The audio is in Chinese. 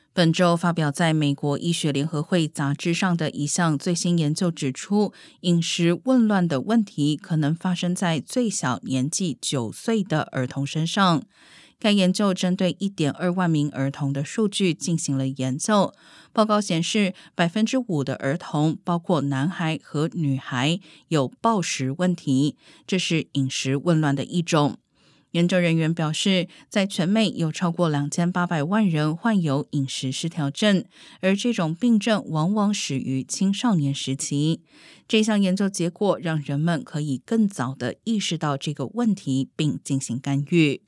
本周发表在美国医学联合会杂志上的一项最新研究指出，饮食紊乱的问题可能发生在最小年纪9岁的儿童身上。该研究针对 1.2 万名儿童的数据进行了研究，报告显示 5% 的儿童，包括男孩和女孩，有暴食问题，这是饮食紊乱的一种。研究人员表示，在全美有超过2800万人患有饮食失调症，而这种病症往往始于青少年时期。这项研究结果让人们可以更早地意识到这个问题并进行干预。